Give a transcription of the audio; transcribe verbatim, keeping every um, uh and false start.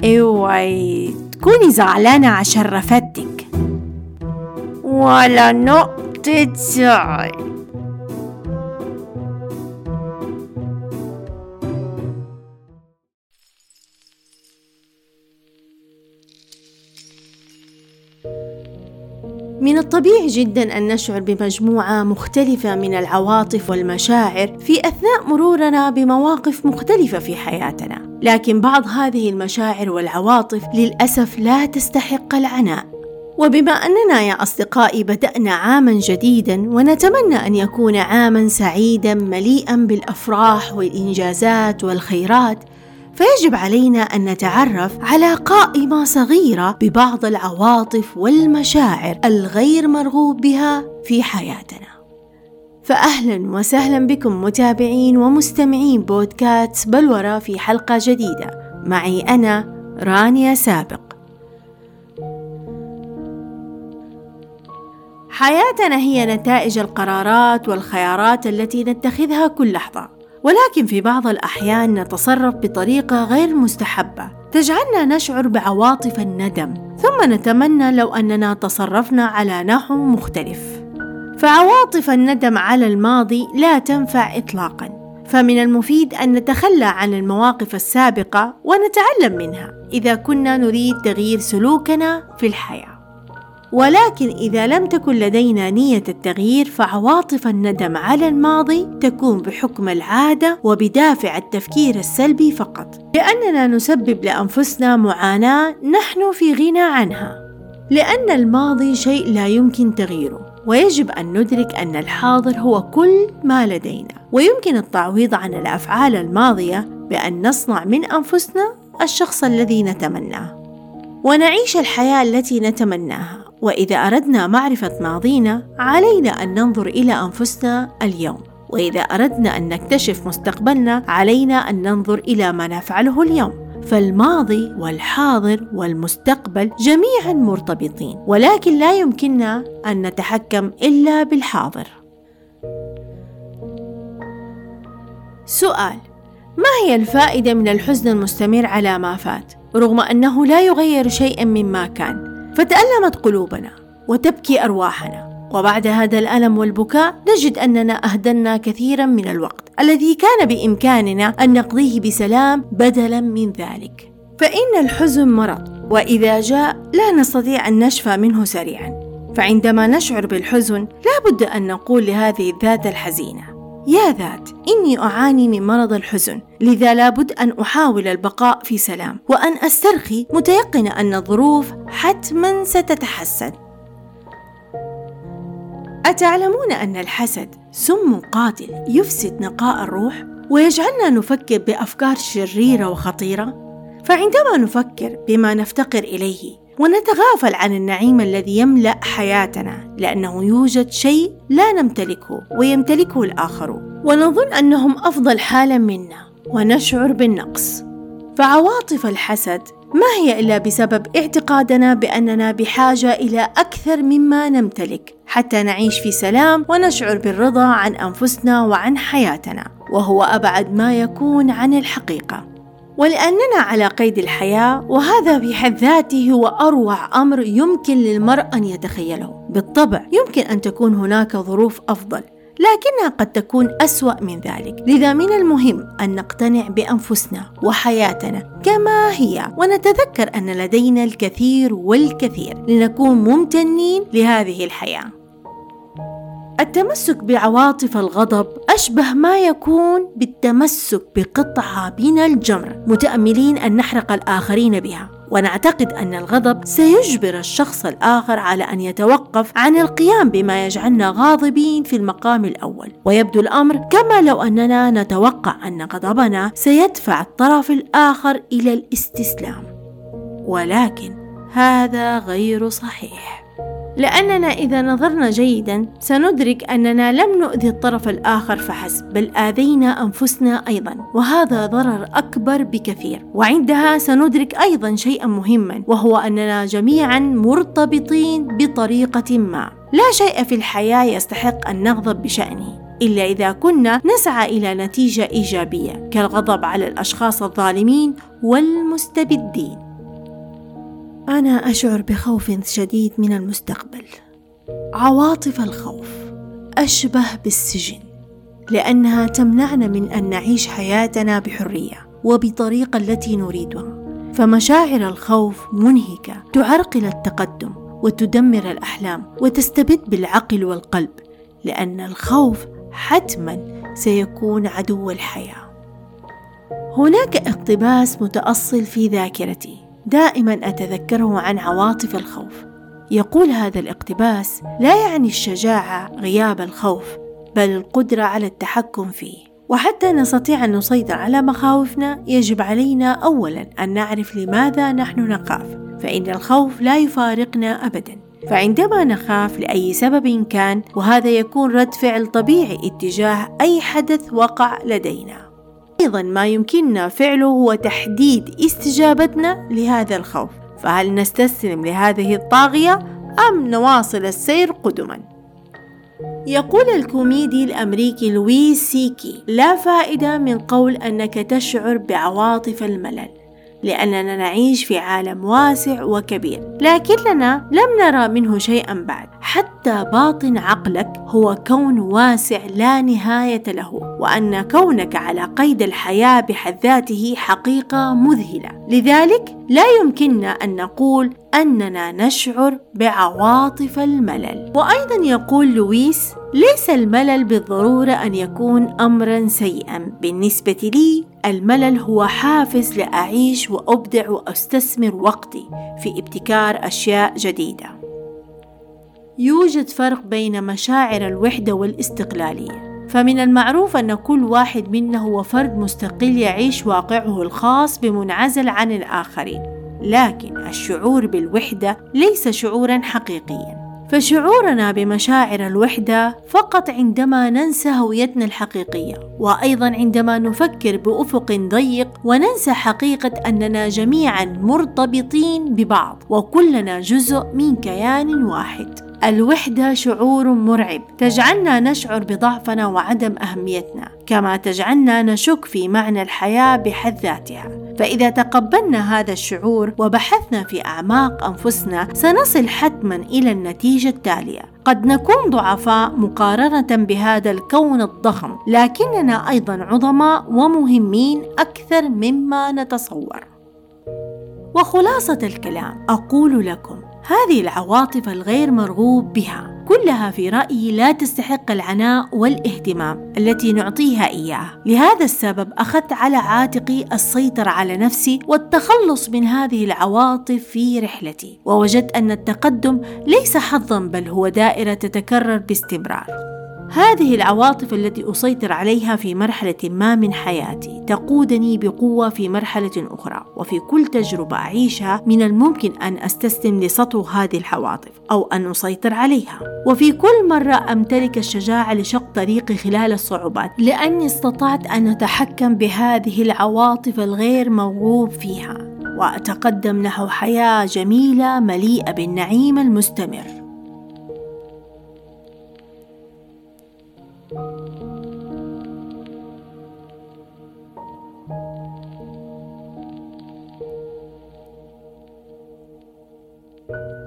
اوعي تكوني زعلانة عشان رفدتك، ولا نقطة زعل. من الطبيعي جدا أن نشعر بمجموعة مختلفة من العواطف والمشاعر في أثناء مرورنا بمواقف مختلفة في حياتنا، لكن بعض هذه المشاعر والعواطف للأسف لا تستحق العناء. وبما أننا يا أصدقائي بدأنا عاما جديدا ونتمنى أن يكون عاما سعيدا مليئا بالأفراح والإنجازات والخيرات، فيجب علينا أن نتعرف على قائمة صغيرة ببعض العواطف والمشاعر الغير مرغوب بها في حياتنا. فأهلا وسهلا بكم متابعين ومستمعين بودكاست بلورة في حلقة جديدة، معي أنا رانيا سابق. حياتنا هي نتائج القرارات والخيارات التي نتخذها كل لحظة، ولكن في بعض الأحيان نتصرف بطريقة غير مستحبة تجعلنا نشعر بعواطف الندم، ثم نتمنى لو أننا تصرفنا على نحو مختلف. فعواطف الندم على الماضي لا تنفع إطلاقاً، فمن المفيد أن نتخلى عن المواقف السابقة ونتعلم منها إذا كنا نريد تغيير سلوكنا في الحياة. ولكن إذا لم تكن لدينا نية التغيير، فعواطف الندم على الماضي تكون بحكم العادة وبدافع التفكير السلبي فقط، لأننا نسبب لأنفسنا معاناة نحن في غنى عنها، لأن الماضي شيء لا يمكن تغييره، ويجب أن ندرك أن الحاضر هو كل ما لدينا، ويمكن التعويض عن الأفعال الماضية بأن نصنع من أنفسنا الشخص الذي نتمناه ونعيش الحياة التي نتمناها. وإذا أردنا معرفة ماضينا علينا أن ننظر إلى أنفسنا اليوم، وإذا أردنا أن نكتشف مستقبلنا علينا أن ننظر إلى ما نفعله اليوم. فالماضي والحاضر والمستقبل جميعا مرتبطين، ولكن لا يمكننا أن نتحكم إلا بالحاضر. سؤال: ما هي الفائدة من الحزن المستمر على ما فات رغم أنه لا يغير شيئا مما كان؟ فتألمت قلوبنا وتبكي أرواحنا، وبعد هذا الألم والبكاء نجد أننا أهدرنا كثيرا من الوقت الذي كان بإمكاننا أن نقضيه بسلام بدلا من ذلك. فإن الحزن مرض، وإذا جاء لا نستطيع أن نشفى منه سريعا. فعندما نشعر بالحزن لا بد أن نقول لهذه الذات الحزينة: يا ذات، إني أعاني من مرض الحزن، لذا لابد أن أحاول البقاء في سلام وأن أسترخي متيقنة أن الظروف حتما ستتحسن. أتعلمون أن الحسد سم قاتل يفسد نقاء الروح ويجعلنا نفكر بأفكار شريرة وخطيرة؟ فعندما نفكر بما نفتقر إليه ونتغافل عن النعيم الذي يملأ حياتنا، لأنه يوجد شيء لا نمتلكه ويمتلكه الآخرون، ونظن أنهم أفضل حالا منا ونشعر بالنقص. فعواطف الحسد ما هي إلا بسبب اعتقادنا بأننا بحاجة إلى أكثر مما نمتلك حتى نعيش في سلام ونشعر بالرضا عن أنفسنا وعن حياتنا، وهو أبعد ما يكون عن الحقيقة. ولأننا على قيد الحياة، وهذا في حد ذاته هو أروع أمر يمكن للمرء أن يتخيله. بالطبع يمكن أن تكون هناك ظروف أفضل، لكنها قد تكون أسوأ من ذلك. لذا من المهم أن نقتنع بأنفسنا وحياتنا كما هي، ونتذكر أن لدينا الكثير والكثير لنكون ممتنين لهذه الحياة. التمسك بعواطف الغضب أشبه ما يكون بالتمسك بقطعة من الجمر، متأملين أن نحرق الآخرين بها، ونعتقد أن الغضب سيجبر الشخص الآخر على أن يتوقف عن القيام بما يجعلنا غاضبين في المقام الأول. ويبدو الأمر كما لو أننا نتوقع أن غضبنا سيدفع الطرف الآخر إلى الاستسلام، ولكن هذا غير صحيح، لأننا إذا نظرنا جيدا سندرك أننا لم نؤذي الطرف الآخر فحسب، بل آذينا أنفسنا أيضا، وهذا ضرر أكبر بكثير. وعندها سندرك أيضا شيئا مهما، وهو أننا جميعا مرتبطين بطريقة ما. لا شيء في الحياة يستحق أن نغضب بشأنه إلا إذا كنا نسعى إلى نتيجة إيجابية، كالغضب على الأشخاص الظالمين والمستبدين. أنا أشعر بخوف شديد من المستقبل. عواطف الخوف أشبه بالسجن، لأنها تمنعنا من أن نعيش حياتنا بحرية وبطريقة التي نريدها. فمشاعر الخوف منهكة، تعرقل التقدم وتدمر الأحلام وتستبد بالعقل والقلب، لأن الخوف حتما سيكون عدو الحياة. هناك اقتباس متأصل في ذاكرتي دائما أتذكره عن عواطف الخوف. يقول هذا الاقتباس: لا يعني الشجاعة غياب الخوف، بل القدرة على التحكم فيه. وحتى نستطيع أن نسيطر على مخاوفنا يجب علينا أولا أن نعرف لماذا نحن نخاف، فإن الخوف لا يفارقنا أبدا. فعندما نخاف لأي سبب كان، وهذا يكون رد فعل طبيعي اتجاه أي حدث وقع لدينا، أيضا ما يمكننا فعله هو تحديد استجابتنا لهذا الخوف. فهل نستسلم لهذه الطاغية أم نواصل السير قدما؟ يقول الكوميدي الأمريكي لويس سي كي: لا فائدة من قول أنك تشعر بعواطف الملل، لأننا نعيش في عالم واسع وكبير، لكننا لم نرى منه شيئا بعد. حتى باطن عقلك هو كون واسع لا نهاية له، وأن كونك على قيد الحياة بحد ذاته حقيقة مذهلة. لذلك لا يمكننا أن نقول أننا نشعر بعواطف الملل. وأيضا يقول لويس: ليس الملل بالضرورة أن يكون أمرا سيئا. بالنسبة لي الملل هو حافز لأعيش وأبدع وأستثمر وقتي في ابتكار أشياء جديدة. يوجد فرق بين مشاعر الوحدة والاستقلالية، فمن المعروف أن كل واحد منا هو فرد مستقل يعيش واقعه الخاص بمنعزل عن الآخرين، لكن الشعور بالوحدة ليس شعورا حقيقيا. فشعورنا بمشاعر الوحدة فقط عندما ننسى هويتنا الحقيقية، وأيضا عندما نفكر بأفق ضيق وننسى حقيقة أننا جميعا مرتبطين ببعض وكلنا جزء من كيان واحد. الوحدة شعور مرعب، تجعلنا نشعر بضعفنا وعدم أهميتنا، كما تجعلنا نشك في معنى الحياة بحد ذاتها. فإذا تقبلنا هذا الشعور وبحثنا في أعماق أنفسنا، سنصل حتما إلى النتيجة التالية: قد نكون ضعفاء مقارنة بهذا الكون الضخم، لكننا أيضا عظماء ومهمين أكثر مما نتصور. وخلاصة الكلام أقول لكم: هذه العواطف الغير مرغوب بها كلها في رأيي لا تستحق العناء والاهتمام التي نعطيها إياه. لهذا السبب أخذت على عاتقي السيطرة على نفسي والتخلص من هذه العواطف في رحلتي، ووجدت أن التقدم ليس حظا، بل هو دائرة تتكرر باستمرار. هذه العواطف التي أسيطر عليها في مرحلة ما من حياتي تقودني بقوة في مرحلة أخرى، وفي كل تجربة أعيشها من الممكن أن أستسلم لسطو هذه العواطف أو أن أسيطر عليها، وفي كل مرة أمتلك الشجاعة لشق طريقي خلال الصعوبات، لأني استطعت أن أتحكم بهذه العواطف الغير مرغوب فيها وأتقدم نحو حياة جميلة مليئة بالنعيم المستمر. you